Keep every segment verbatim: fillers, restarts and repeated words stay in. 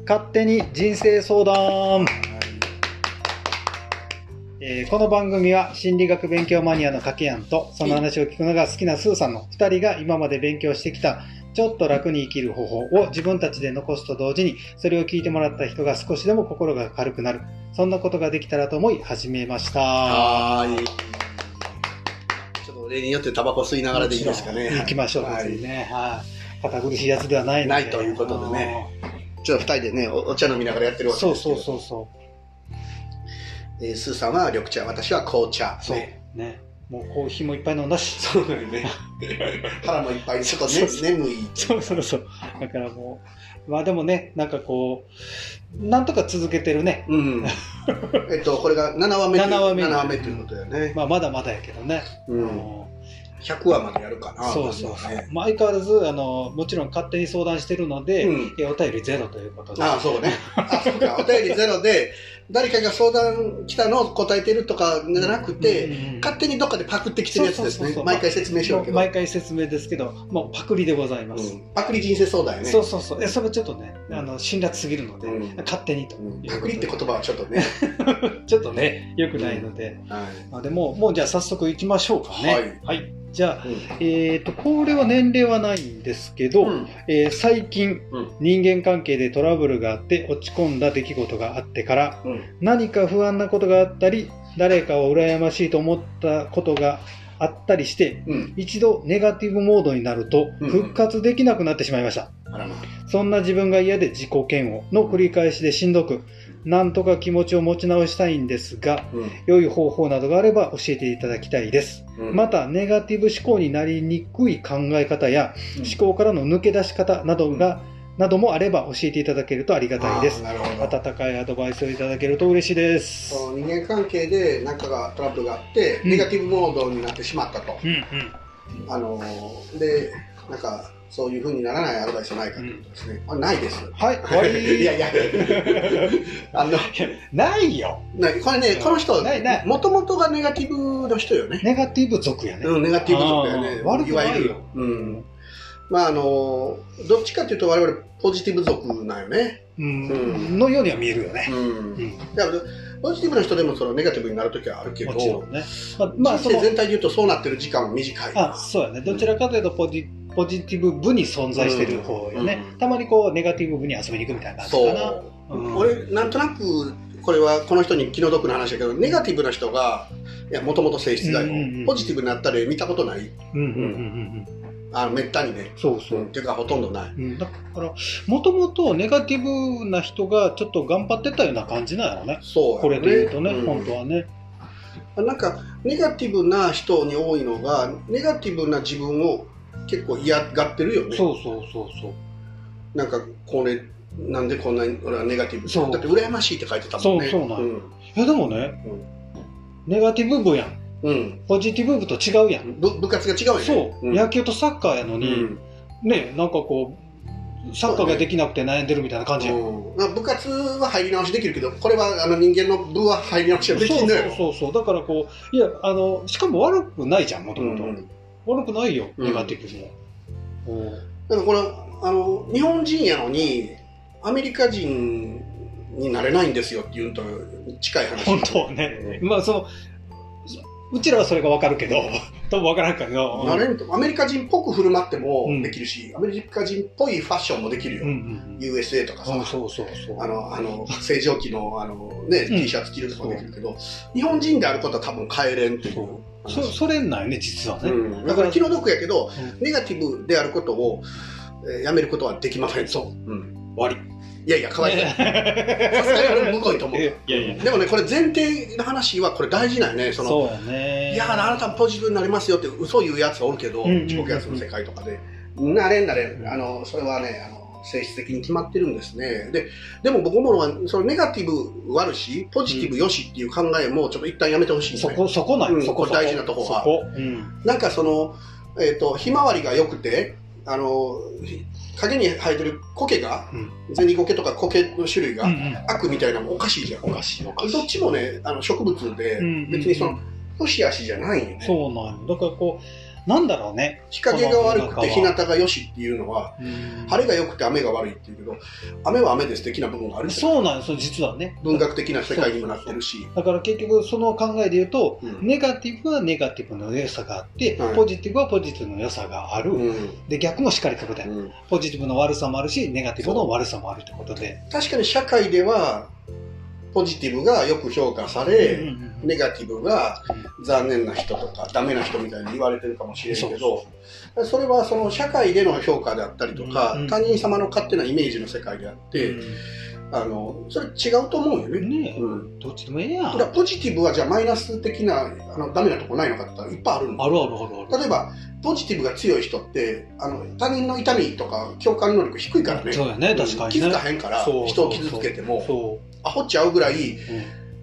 勝手に人生相談。えーこの番組は心理学勉強マニアのかけやんとその話を聞くのが好きなスーさんのふたりが今まで勉強してきたちょっと楽に生きる方法を自分たちで残すと同時にそれを聞いてもらった人が少しでも心が軽くなる、そんなことができたらと思い始めました。 はーい。ちょっと例によってタバコ吸いながらでいいですかね。 行きましょう、別にね。はい。堅苦しいやつではないので。 ないということでね。ちょっとふたりでね お, お茶飲みながらやってるわけですけど。 そうそうそうそう。 えー、スーさんは緑茶、私は紅茶。 そうね。ね、もうコーヒーもいっぱい飲んだし。 そうだよね。腹もいっぱい、ちょっと、ね、眠い。 そうそうそう。だからもう、まあでもね、なんかこう、なんとか続けてるね。 うん。えっと、これがななわめ。ななわめ。ななわめということだよね。 まあまだまだやけどね。 うん。ひゃくわまでやるかな。 そうそうそう。ね、まあ、相変わらず、あの、もちろん勝手に相談してるので、うん、お便りゼロということで。 ああ、そうね。あ、そうか。お便りゼロで、誰かが相談来たのを答えてるとかじゃなくて、うんうんうん、勝手にどっかでパクってきてるやつですね。そうそうそうそう、毎回説明しようけど。 毎回説明ですけど、もうパクリでございます。うん、 パクリ人生相談やね。 そうそうそう。え、それちょっとね、あの、辛辣すぎるので、うん、勝手にと、うん。 パクリって言葉はちょっとね。 ちょっとね、良くないので。うん、はい。まあ、でも、もうじゃあ早速行きましょうかね。はい。はい。じゃあ、うん、えっと、これは年齢はないんですけど、うん、えー、最近、うん、人間関係でトラブルがあって落ち込んだ出来事があってから、うん、何か不安なことがあったり、誰かを羨ましいと思ったことがあったりして、うん、一度ネガティブモードになると復活できなくなってしまいました。うんうん、そんな自分が嫌で自己嫌悪の繰り返しでしんどく、なんとか気持ちを持ち直したいんですが、うん、良い方法などがあれば教えていただきたいです。うん、また、ネガティブ思考になりにくい考え方や、うん、思考からの抜け出し方などが、うん、などもあれば教えていただけるとありがたいです。温かいアドバイスをいただけると嬉しいです。 その人間関係で何かがトラブルがあって、うん、ネガティブモードになってしまったと。うんうん、あので、なんか、そういう風にならないアドバイスないかということですね。うん、あ、ないです。 はい、終わり。 いやいや、あの、 ないよ。 これね、この人、もともとがネガティブの人よね。 ネガティブ族やね。 うん、ネガティブ族やね。 悪くないよ。 うん。まあ、あの、どっちかというと我々ポジティブ族なんよね。 うん。うん、のようには見えるよね。うん。うん、 だからポジティブな人でもそのネガティブになるときはあるけど、 もちろんね。 まあ、人生全体で言うとそうなってる時間は短い。 あ、そうやね。どちらかというとポジポジティブ部に存在してる方よね、うんうん。たまにこうネガティブ部に遊びに行くみたいな感じかな。 そう。うん、俺なんとなくこれはこの人に気の毒な話だけど、ネガティブな人がいやもともと性質だよ、うんうんうん。ポジティブになった例見たことない。うんうんうんうん。あのめったにね。 そうそう。 っていうかほとんどない。 うん、だからもともとネガティブな人がちょっと頑張ってたような感じなんやろね。 そう、ね。 これで言うとね、うん、本当はね。 なんかネガティブな人に多いのがネガティブな自分を結構嫌がってるよね。 そうそうそうそう。 なんかこれなんでこんなに俺はネガティブそうだって羨ましいって書いてたもんね。 そうそうなん、うん、いやでもね、うん、ネガティブ部やん、うん、ポジティブ部と違うやん。 部, 部活が違うやん、ね、 そう、うん、野球とサッカーやのに、うん、ね、なんかこうサッカーができなくて悩んでるみたいな感じやん、 うん、部活は入り直しできるけどこれはあの人間の部は入り直しはできんのよ。 そうそうそう。だからこういやあのしかも悪くないじゃん、もともと悪くないよ、ネガティブも、うん、 だからこれあの日本人やのにアメリカ人になれないんですよっていうのと近い話。 本当はね、うん、まあそのうちらはそれが分かるけど多分分からんけど、 なれんとアメリカ人っぽく振る舞ってもできるし、うん、アメリカ人っぽいファッションもできるよ、うんうんうん、ユーエスエー とかさ、うん、そうそうそう、あのあの正常期のあの、ね、うん、T シャツ着るとかできるけど、日本人であることは多分変えれんっていう。 そ, それないね実はね、うん、だから気の毒やけど、うん、ネガティブであることを、えー、やめることはできません。そう、うん、終わり。いやいや、かわいそう。さすがに俺むごいと思う。いやいやでもね、これ前提の話はこれ大事なんよね。その、 そうやね。 いや、あなたポジティブになりますよって嘘言うやつはおるけど、自己啓発の世界とかで。なれんなれん。あの、それはね、あの、性質的に決まってるんですね。で、でも僕思うのは、そのネガティブ悪し、ポジティブよしっていう考えもちょっと一旦やめてほしい、ね。 そこ、そこない、うん、 そこ大事なところは。そこ、うん、なんかその、えっと、ひまわりが良くて、あの、影に生えてる苔が、うん、ゼニゴケとか苔の種類が、うんうん、悪みたいなのもおかしいじゃん。 おかしいおかしい。 どっちもね、あの植物で、別にその、良し悪しじゃないよね。 そうなんだからこう、 なんだろうね。 日陰が悪くて日向が良しっていうのは、晴れが良くて雨が悪いっていうけど、雨は雨で素敵な部分がある。 そうなんですよ、実はね。 文学的な世界にもなってるし。 だから結局その考えで言うと、うん、ネガティブはネガティブの良さがあって、はい、ポジティブはポジティブの良さがある。うん、で、逆もしっかりということで、うん、ポジティブの悪さもあるし、ネガティブの悪さもあるということで。 確かに社会では、ポジティブがよく評価され、うんうんうん、ネガティブが残念な人とかダメな人みたいに言われてるかもしれんけど、そ, それはその社会での評価であったりとか、うんうん、他人様の勝手なイメージの世界であって、うん、あのそれ違うと思うよね。 ねえ、うん、どっちでもええやん。 だポジティブはじゃあマイナス的なあのダメなとこないのかって言ったらいっぱいあるんだ。 あるあるあるある。 例えばポジティブが強い人ってあの他人の痛みとか共感能力低いからね。 そうやね、確かにね。 気づかへんから人を傷つけてもそうアホっちゃうぐらい、うん、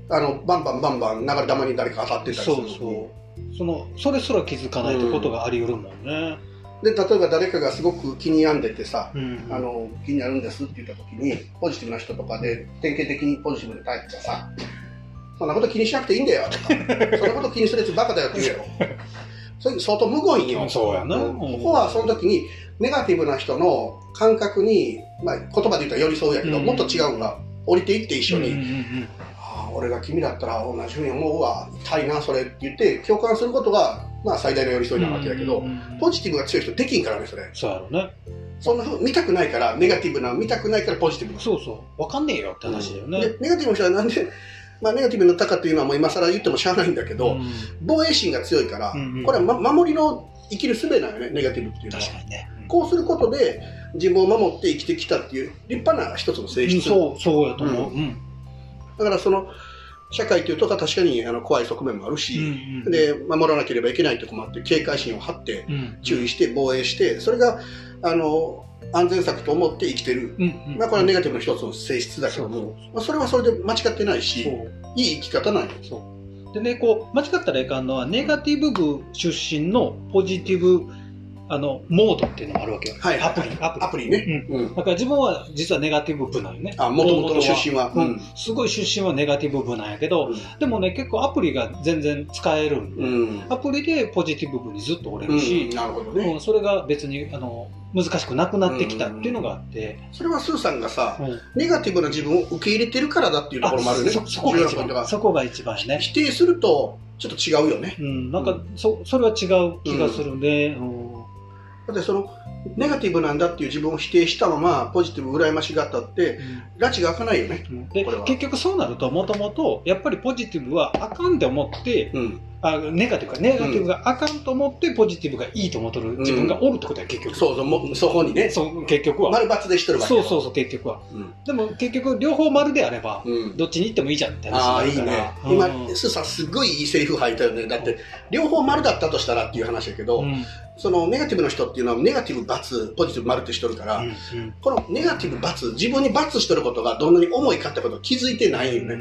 あのバンバンバンバン流れ弾に誰か当たってたりするのに、そうそうそのそれすら気づかないってことがあり得るもんね。 で例えば誰かがすごく気に病んでてさ、うん、あの気になるんですって言った時にポジティブな人とかで典型的にポジティブなタイプがさ、そんなこと気にしなくていいんだよとかそんなこと気にするやつバカだよって言うよそれ相当無言よ。 そうやな、 うん、ここはその時にネガティブな人の感覚に、まあ、言葉で言ったら寄り添うやけど、うん、もっと違うんが降りていって一緒に、うんうんうん、ああ俺が君だったら同じふうに思うわ痛いなそれって言って共感することが、まあ、最大の寄り添いなわけだけど、うんうんうん、ポジティブが強い人できんからねそれ。 そうやろね。 そんなふう見たくないからネガティブな見たくないからポジティブな。 そうそう分かんねえよって話だよね、 うん、でネガティブの人はなんでまあ、ネガティブになったかっていうのはもう今更言ってもしゃあないんだけど、うん、防衛心が強いから、うんうん、これは、ま、守りの生きる術なのよねネガティブっていうのは。 確かにね、 うん、こうすることで自分を守って生きてきたっていう立派な一つの性質、 うん、そうそうやと思う、うん、 だからその社会というと確かにあの怖い側面もあるし、うんうん、で守らなければいけないところもあって警戒心を張って注意して防衛してそれがあの安全策と思って生きてる、うんうん、まあ、これはネガティブの一つの性質だけども、まあ、それはそれで間違ってないしいい生き方なんよ。 そうでね、こう間違ったらいかんのはネガティブ部出身のポジティブあのモードっていうのがあるわけよ、 はい、アプリアプリアプリね、 うんうん、だから自分は実はネガティブ部なんよね。 あ、もともとの出身は、 うん、すごい出身はネガティブ部なんやけど、うん、でもね結構アプリが全然使えるんで、うん、アプリでポジティブ部にずっとおれるし、 うん、なるほどね、 うん、それが別にあの難しくなくなってきたっていうのがあって、 それはスーさんがさ、うん、ネガティブな自分を受け入れてるからだっていうところもあるよね。 そ, そこが一番そこが一番ね。 否定するとちょっと違うよね。 うん、なんか、うん、そ, それは違う気がするね、うんうん、 だってそのネガティブなんだっていう自分を否定したままポジティブ羨ましがったって、うん、拉致が開かないよね、 うん、で結局そうなるともともとやっぱりポジティブはあかんって思って、うん、あネガティブかネガティブがあかんと思ってポジティブがいいと思ってる自分がおるってことは結局、 うん、そうそうもそこにねそう結局は丸×でしとるわけそうそうそう結局は、うん、でも結局両方丸であれば、うん、どっちに行ってもいいじゃんって話になるから。 ああいいね、うん、今スーさんすごいいいセリフ吐いたよね。だって両方丸だったとしたらっていう話だけど、うん、そのネガティブの人っていうのはネガティブ×ポジティブ丸ってしとるから、うんうん、このネガティブ×自分に×しとることがどんなに重いかってことを気づいてないよね、うん、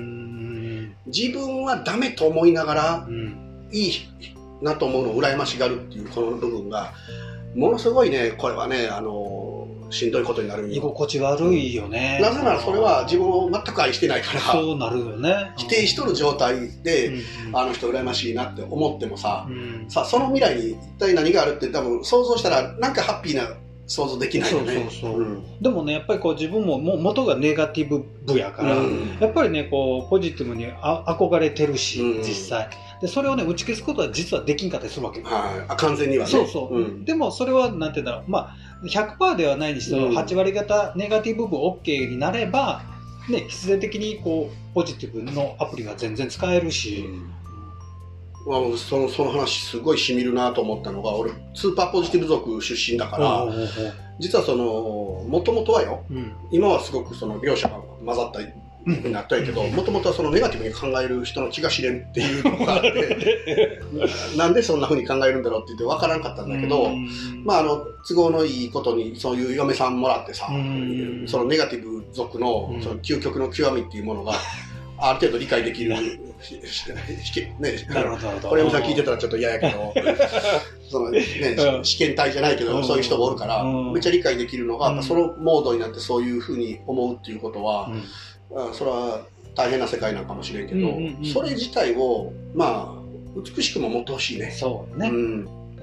自分はダメと思いながら、うん、いいなと思うのを羨ましがるっていうこの部分がものすごいねこれはねあのしんどいことになるんよ。 居心地悪いよね、 うん、なぜならそれは自分を全く愛してないからそうなるよね、 否定しとる状態で、うん、あの人羨ましいなって思ってもさ、うん、さその未来に一体何があるって多分想像したらなんかハッピーな想像できないよね。そうそうそう、うん、 でもねやっぱりこう自分もも元がネガティブ部やから、うん、やっぱりねこうポジティブにあ憧れてるし、うん、実際でそれをね打ち消すことは実はできんかったりするわけよ、 はい、完全にはね。 そうそう、うん、でもそれはなんていうんだろう、まあ、ひゃくパーセント ではないにしても、うん、はち割方ネガティブ部 OK になれば、ね、必然的にこうポジティブのアプリが全然使えるし、 うん、その、その話すごいしみるなと思ったのが俺スーパーポジティブ族出身だから、実はそのもともとはよ、うん、今はすごくその両者が混ざったになったんやけど、もともとはそのネガティブに考える人の気が知れんっていうのがあってなんでそんな風に考えるんだろうって言って分からんかったんだけど、まああの都合のいいことにそういう嫁さんもらってさ、そのネガティブ族のその究極の極みっていうものがある程度理解できるね、これもさ聞いてたらちょっと嫌やけどその、ね、試験体じゃないけど、そういう人もおるから、めっちゃ理解できるのが、そのモードになってそういう風に思うっていうことは、うん、それは大変な世界なのかもしれんけど、うんうんうん、それ自体をまあ美しくも持ってほしいね。 そうね、うん、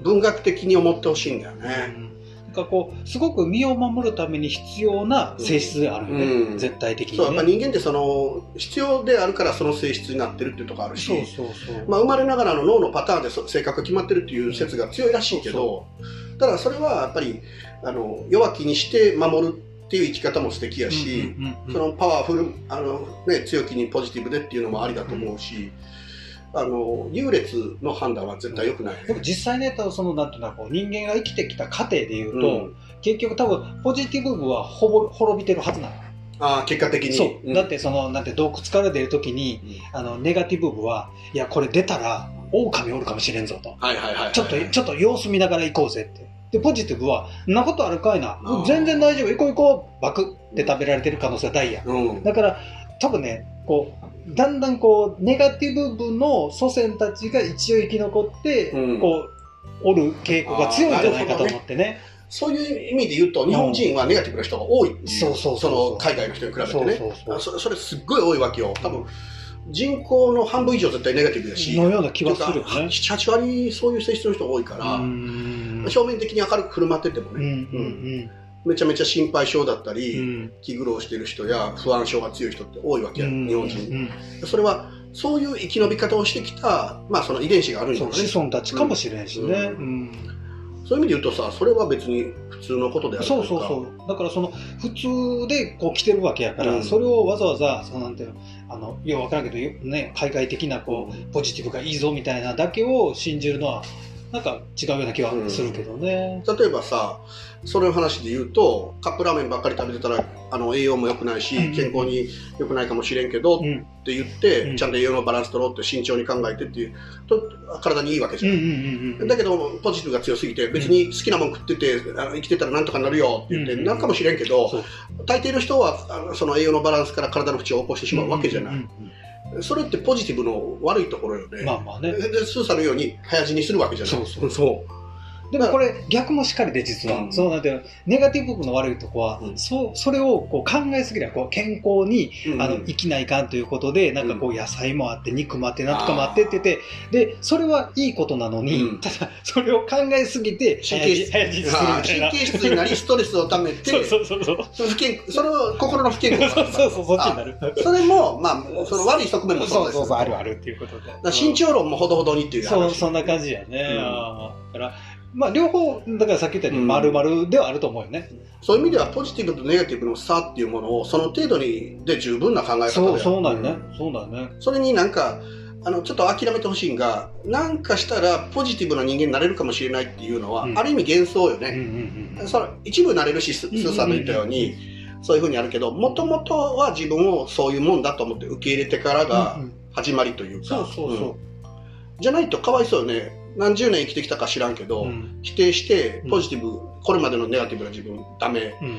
文学的に思ってほしいんだよね。 うんなんかこうすごく身を守るために必要な性質であるよね、うん、絶対的に、ね、 そうやっぱ人間ってその必要であるからその性質になってるっていうところあるし、 そうそうそう、 まあ、生まれながらの脳のパターンで性格が決まってるっていう説が強いらしいけど、そうそうただそれはやっぱりあの弱気にして守るっていう生き方も素敵やし、うんうんうんうん、そのパワフルあの、ね、強気にポジティブでっていうのもありだと思うし、あの優劣の判断は絶対良くない、ね、 でも実際ね、多分そのなんていうのこう人間が生きてきた過程でいうと、うん、結局多分ポジティブ部はほぼ滅びてるはずなの。 ああ、結果的に。 そう、うん、だってそのなんて洞窟から出るときに、うん、あのネガティブ部はいやこれ出たら狼おるかもしれんぞと。 はいはいはいはい、 ちょっとちょっと様子見ながら行こうぜって。でポジティブはんなことあるかいな。全然大丈夫。行こう行こう。バクって食べられてる可能性は大や。うん、だから多分ねこう。だんだんこうネガティブ部の祖先たちが一応生き残って、うん、こうおる傾向が強いんじゃないかと思ってね。 そういう意味で言うと日本人はネガティブな人が多いっていう、そうそうそうそう、その海外の人に比べてね、そうそうそう、そ, それすっごい多いわけよ。多分人口の半分以上絶対ネガティブだし、 のような気はするよね。 なな、はち割そういう性質の人が多いから、表面的に明るく振る舞っててもね、うんうんうんめちゃめちゃ心配性だったり、うん、気苦労してる人や不安症が強い人って多いわけや、うん、日本人、うん、それはそういう生き延び方をしてきた、まあ、その遺伝子があるんだよね。 子孫たちかもしれんしね、うんうん、 そういう意味で言うとさ、それは別に普通のことであるというか、 そうそうそう、だからその普通でこう来てるわけやから、うん、それをわざわざそのなんていうの、あのようわからんけど、ね、海外的なこうポジティブがいいぞみたいなだけを信じるのはなんか違うような気はするけどね、 うん、例えばさ、それの話で言うとカップラーメンばっかり食べてたらあの栄養も良くないし、うん、健康に良くないかもしれんけど、うん、って言って、うん、ちゃんと栄養のバランス取ろうって慎重に考えてっていうと体にいいわけじゃん、うんうんうんうん、だけどポジティブが強すぎて別に好きなもん食ってて、うん、あの生きてたらなんとかなるよって言って、うんうん、なるかもしれんけど、大抵の人はあのその栄養のバランスから体の不調を起こしてしまうわけじゃない、うんうんうん、それってポジティブの悪いところよね。 まあまあね。 で、スーさんのように早死にするわけじゃない。 そうそうそう。でもこれ逆もしっかりで実は、うん、そうなんていうネガティブ部の悪いとこは、うん、そ, それをこう考えすぎない、こう健康に、うん、あの生きないかんということで、なんかこう野菜もあって肉もあってなんとかもあってって言って、でそれはいいことなのに、うん、ただそれを考えすぎて神経質早死にするみたいな、 神経質になりストレスをためてそうそうそうそうその不健それは心の不健康そうそうそうそっちになる。 それもまあその悪い側面もそうです。 そうそうそうあるあるっていうことで。 だ慎重論もほどほどにっていう話。 そうそんな感じやね。うん、だからまあ両方だからさっき言ったように丸々ではあると思うよね、うん、 そういう意味ではポジティブとネガティブの差っていうものをその程度にで十分な考え方でそうそうなんね、うん、そうなんね。 それになんかあのちょっと諦めてほしいんが、なんかしたらポジティブな人間になれるかもしれないっていうのは、うん、ある意味幻想よね、うんうんうん、その一部なれるし、スーさんの言ったように、うんうん、そういうふうにあるけど、もともとは自分をそういうもんだと思って受け入れてからが始まりというか、 そうそうそう、うん、 じゃないとかわいそうよね。何十年生きてきたか知らんけど、うん、否定してポジティブ、うん、これまでのネガティブな自分ダメ、うんうんうん、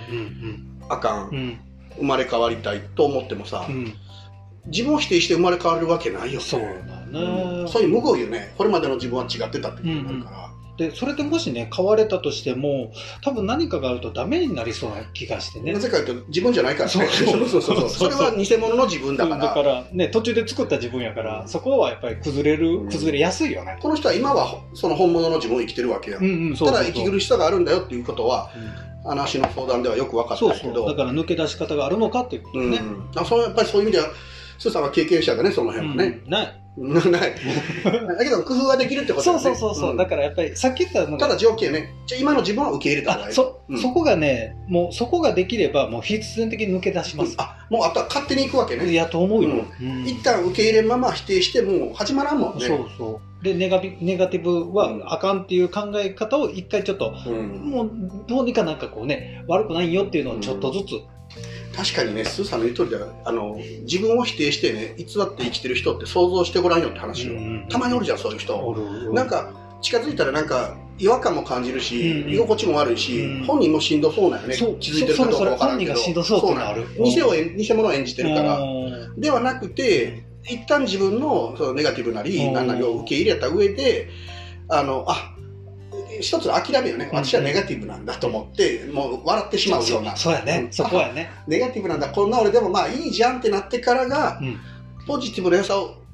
あかん、うん、生まれ変わりたいと思ってもさ、うん、自分を否定して生まれ変わるわけないよね。 そうだね、 うん、そういう無謀よね。これまでの自分は違ってたってことになるから、うんうんでそれでもしね変われたとしても多分何かがあるとダメになりそうな気がしてね。 なぜかというと自分じゃないからね。そうそうそうそうそれは偽物の自分だから。 だからね途中で作った自分やから、うん、そこはやっぱり崩れる、うん、崩れやすいよね。 この人は今はその本物の自分を生きてるわけや、うんうん、ただ息苦しさがあるんだよっていうことは、うん、あの足の相談ではよく分かったけど、 そうそうだから抜け出し方があるのかっていうことね、うん、 あそうやっぱりそういう意味ではスーさんは経験者だね、その辺はね、 うん、ないないだけど工夫はできるってことだよね。 そうそうそうそう、うん、だからやっぱりさっき言ったのがただ条件ね、じゃ今の自分は受け入れた方がいい。 そ、うん、そこがねもうそこができればもう必然的に抜け出します、 うん、あもうあとは勝手に行くわけね。 いやと思うよ、 うん、一旦受け入れまま否定しても始まらんもんね。 そうそうでネガビネガティブはあかんっていう考え方を一回ちょっと、うん、もうどうにかなんかこうね悪くないよっていうのをちょっとずつ、うん確かにね、スーさんの言う通りだあの自分を否定してね偽って生きてる人って想像してごらんよって話を、うん、たまにおるじゃんそういう人、うん、なんか近づいたらなんか違和感も感じるし、うん、居心地も悪いし、うん、本人もしんどそうなよね、気づいてるかどうか分からんけど、 本人がしんどそうってのある偽を偽物を演じてるからではなくて一旦自分のそのネガティブなり何なりを受け入れた上であのあ一つ諦めよね、私はネガティブなんだと思って、うん、もう笑ってしまうような、 そうやね、そこやね、 ネガティブなんだこんな俺でもまあいいじゃんってなってからが、うん、ポジティブな良さを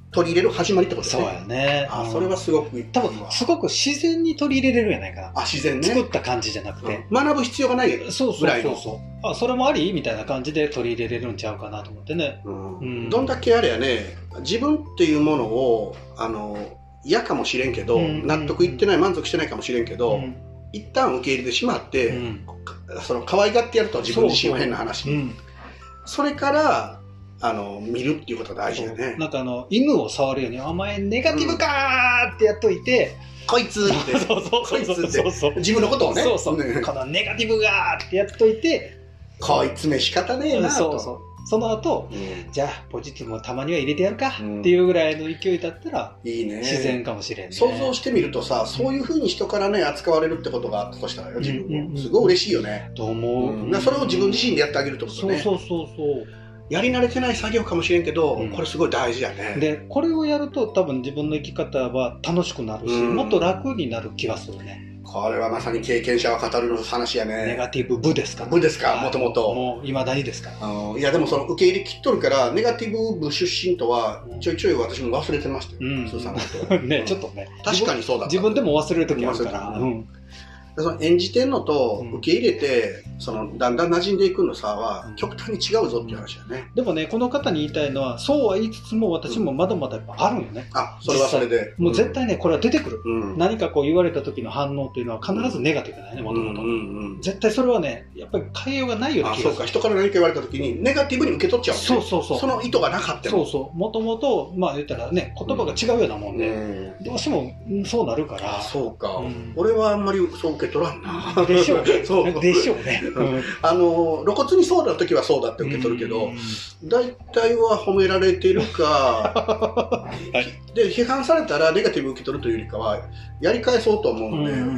取り入れる始まりってことですね。 そうやね。 あ、それはすごくいい。 多分、すごく自然に取り入れれるんやないかな。 あ、自然ね。 作った感じじゃなくて。 うん、学ぶ必要がないぐらいの。 そうそうそうそう。あ、それもありみたいな感じで取り入れれるんちゃうかなと思ってね。 うんうん、どんだけあれやね、自分っていうものを、あの、嫌かもしれんけど、うん、納得いってない、満足してないかもしれんけど、うん、一旦受け入れてしまって、うん、その可愛がってやると自分自身は変な話。そうそう、うん、それから、あの、見るっていうことが大事だね。 なんかあの、犬を触るように、お前ネガティブかーってやっといて、 うん、こいつって、 そうそうそうそうそうそう自分のことをね。 そうそう。ね、このネガティブがーってやっといて、 こいつめ仕方ねえなと。 そうそう。その後、うん、じゃあポジティブもたまには入れてやるかっていうぐらいの勢いだったら、うん、いいね、自然かもしれんね。 想像してみるとさ、そういうふうに人からね扱われるってことがあったとしたらよ、自分も、うんうんうん、すごい嬉しいよね。 と思う、 うん、それを自分自身でやってあげるってことね。 そうそうそうそう。 やり慣れてない作業かもしれんけど、うん、これすごい大事やね。 で、これをやると多分自分の生き方は楽しくなるし、うん、もっと楽になる気がするね。 これはまさに経験者は語る話やね。 ネガティブ部ですか、ね、 部ですか、もともと。 もう未だにですか。 いやでもその受け入れきっとるから、ネガティブ部出身とはちょいちょい私も忘れてましたよ。うん、スーさんのこと。 ね、ちょっとね。 確かにそうだった。 自分でも忘れる時あるから。 その演じてんのと受け入れて、うん、そのだんだん馴染んでいくのさは極端に違うぞっていう話だね。 でもね、この方に言いたいのは、そうは言いつつも私もまだまだやっぱあるんよね。 うん、あ、それはそれで。 もう絶対ね、これは出てくる。うん、何かこう言われた時の反応っていうのは必ずネガティブだよね、もともと。絶対それはね、やっぱり変えようがないような気がする。 あ、そうか。人から何か言われた時にネガティブに受け取っちゃう、ね。 そうそうそう。 その意図がなかったもそうそう。もともと、まあ言ったらね、言葉が違うようなもんで、うん、どうしてもそうなるから。 そうか。うん、俺はあんまりそう受け取らんな。 でしょうね。そうでしょうね。うん、 あの露骨にそうな時はそうだって受け取るけど、大体は褒められてるか、はい、で批判されたらネガティブ受け取るというよりかはやり返そうと思うので、うんうんうん、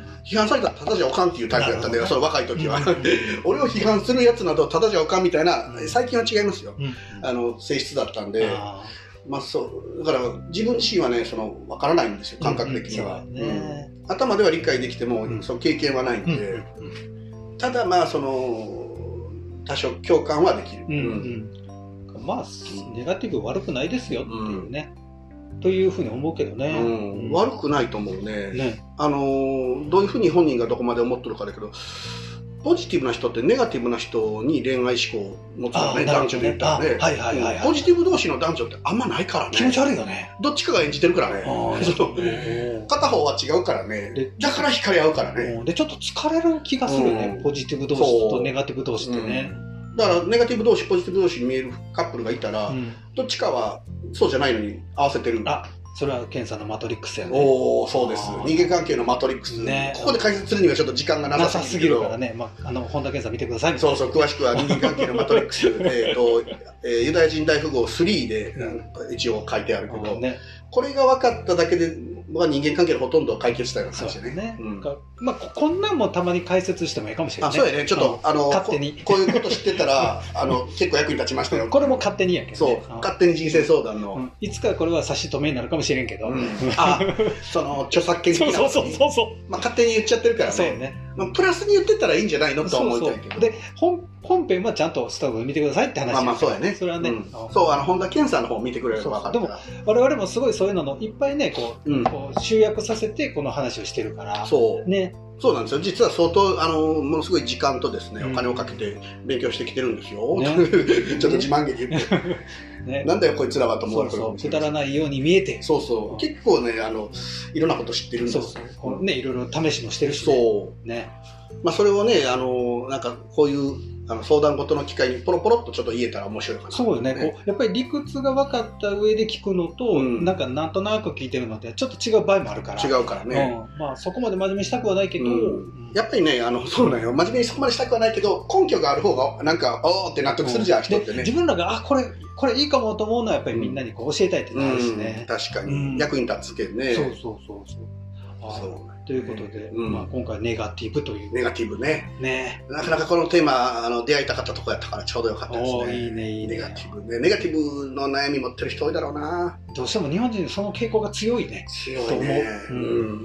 批判されたらただじゃおかんっていうタイプだったんだよ、その若い時は。俺を批判するやつなどただじゃおかんみたいな、最近は違いますよ。うん、あの性質だったんで。まあそうだから自分自身はね、その分からないんですよ、感覚的には。うんね、うん、頭では理解できても、うん、その経験はないんで、うん、ただまあその多少共感はできる。うんうん、まあネガティブ悪くないですよっていうね、うん、というふうに思うけどね。 うんうん、悪くないと思うね。ね、あのどういうふうに本人がどこまで思ってるかだけど。ポジティブな人ってネガティブな人に恋愛思考を持つからね、男女で言ったらね。はいはいはいはい、ポジティブ同士の男女ってあんまないからね。 気持ち悪いよね。 どっちかが演じてるからね。片方は違うからね。だから惹かれ合うからね。 で、ちょっと疲れる気がするね。うん、ポジティブ同士とネガティブ同士ってね。うん、 だからネガティブ同士、ポジティブ同士に見えるカップルがいたら、うん、どっちかはそうじゃないのに合わせてる。 あ、それはケンさんのマトリックスやね。 おお、そうです。人間関係のマトリックス。ね、ここで解説するにはちょっと時間がなさすぎるからね。まあ、あの、本田健さん見てください。 そうそう、詳しくは人間関係のマトリックス。えっと、えー、ユダヤ人大富豪スリーで、うん、一応書いてあるけど、ね、これが分かっただけで、まあ、人間関係のほとんど解決したような話でね。ね、うん、 まあ、こんなんもたまに解説してもいいかもしれない、ね。 あ、そうやね。ちょっと、あの、 勝手にこ。こういうこと知ってたら、あの、結構役に立ちましたよ。 これも勝手にやけど、 ね。そう。勝手に人生相談の。うん、 いつかこれは差し止めになるかもしれんけど。うん、 あ、その、著作権的な。 そうそうそうそう。 まあ、勝手に言っちゃってるからね。そうね。まあ、プラスに言ってたらいいんじゃないのとは思いたいけど。そうそうで、本、本編はちゃんとストーブ見てくださいって話。 まあまあそうやね。 それはね。 うん、そう、あの、本田健さんの方見てくれれば分かるから。 でも、我々もすごいそういうののいっぱいね、こう、うん、こう集約させてこの話をしてるから。 そう。 ね。 そうなんですよ。実は相当、あの、ものすごい時間とですね、お金をかけて勉強してきてるんですよ。ね、ちょっと自慢げに言って。ね、なんだよこいつらはと思う。 そうそう。くだらないように見えて。 そうそう。結構ね、あの、いろんなこと知ってるんですよ。 そうそう。ね、いろいろ試しもしてるし、 ね。そう。ね。まあそれをね、あの、なんかこういう、あの相談事の機会にポロポロっとちょっと言えたら面白いかな、ね。 そうよね。こうやっぱり理屈が分かった上で聞くのと、うん、なんかなんとなく聞いてるのってちょっと違う場合もあるから。 違うからね。 うん、まあそこまで真面目にしたくはないけど、うんうん、やっぱりね、あのそうなんよ。真面目にそこまでしたくはないけど、根拠がある方がなんかおーって納得するじゃん、うん、人ってね。 自分らがあこれこれいいかもと思うのはやっぱりみんなにこう教えたいってなるしね。 うん、確かに、うん、役に立つけどね。 そうそうそうそう。そうということで、うん、まあ、今回ネガティブという。 ネガティブね。 ね。 なかなかこのテーマ、あの出会いたかったとこやったからちょうどよかったですね。 いいね、いいね。 ネガティブね。ネガティブの悩み持ってる人多いだろうな。 どうしても日本人その傾向が強いね。 強いね。うん。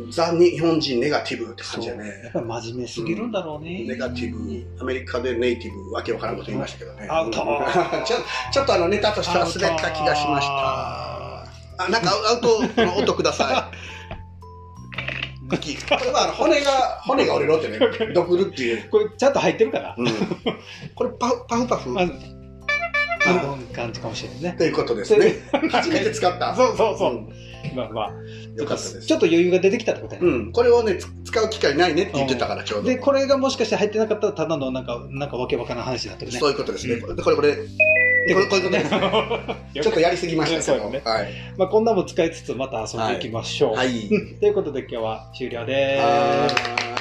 ザ・日本人ネガティブって感じだね。 やっぱり真面目すぎるんだろうね。 うん、ネガティブ。アメリカでネイティブ、わけわからんこと言いましたけどね。 アウトちょ。ちょっとあのネタとしては滑った気がしました。 あ、なんかアウトの音ください。これは骨が、骨が折れろってね、ドクルっていう。 これちゃんと入ってるから。うん、 これパフパフパフ。 まず、この感じかもしれないね。 ということですね。初めて使った。 そうそうそう。うん、まあまあ、よかったです。ちょっと余裕が出てきたってことやね。 うん。これをね、使う機会ないねって言ってたから、ちょうど。 で、これがもしかして入ってなかったら、ただのなんか、なんかわけわからん話になってるね。 そういうことですね。うん、これ、これ、こういうことですね。ちょっとやりすぎましたけど。ね、はい。 まあこんなも使いつつまた遊んでいきましょう。はい。ということで今日は終了です。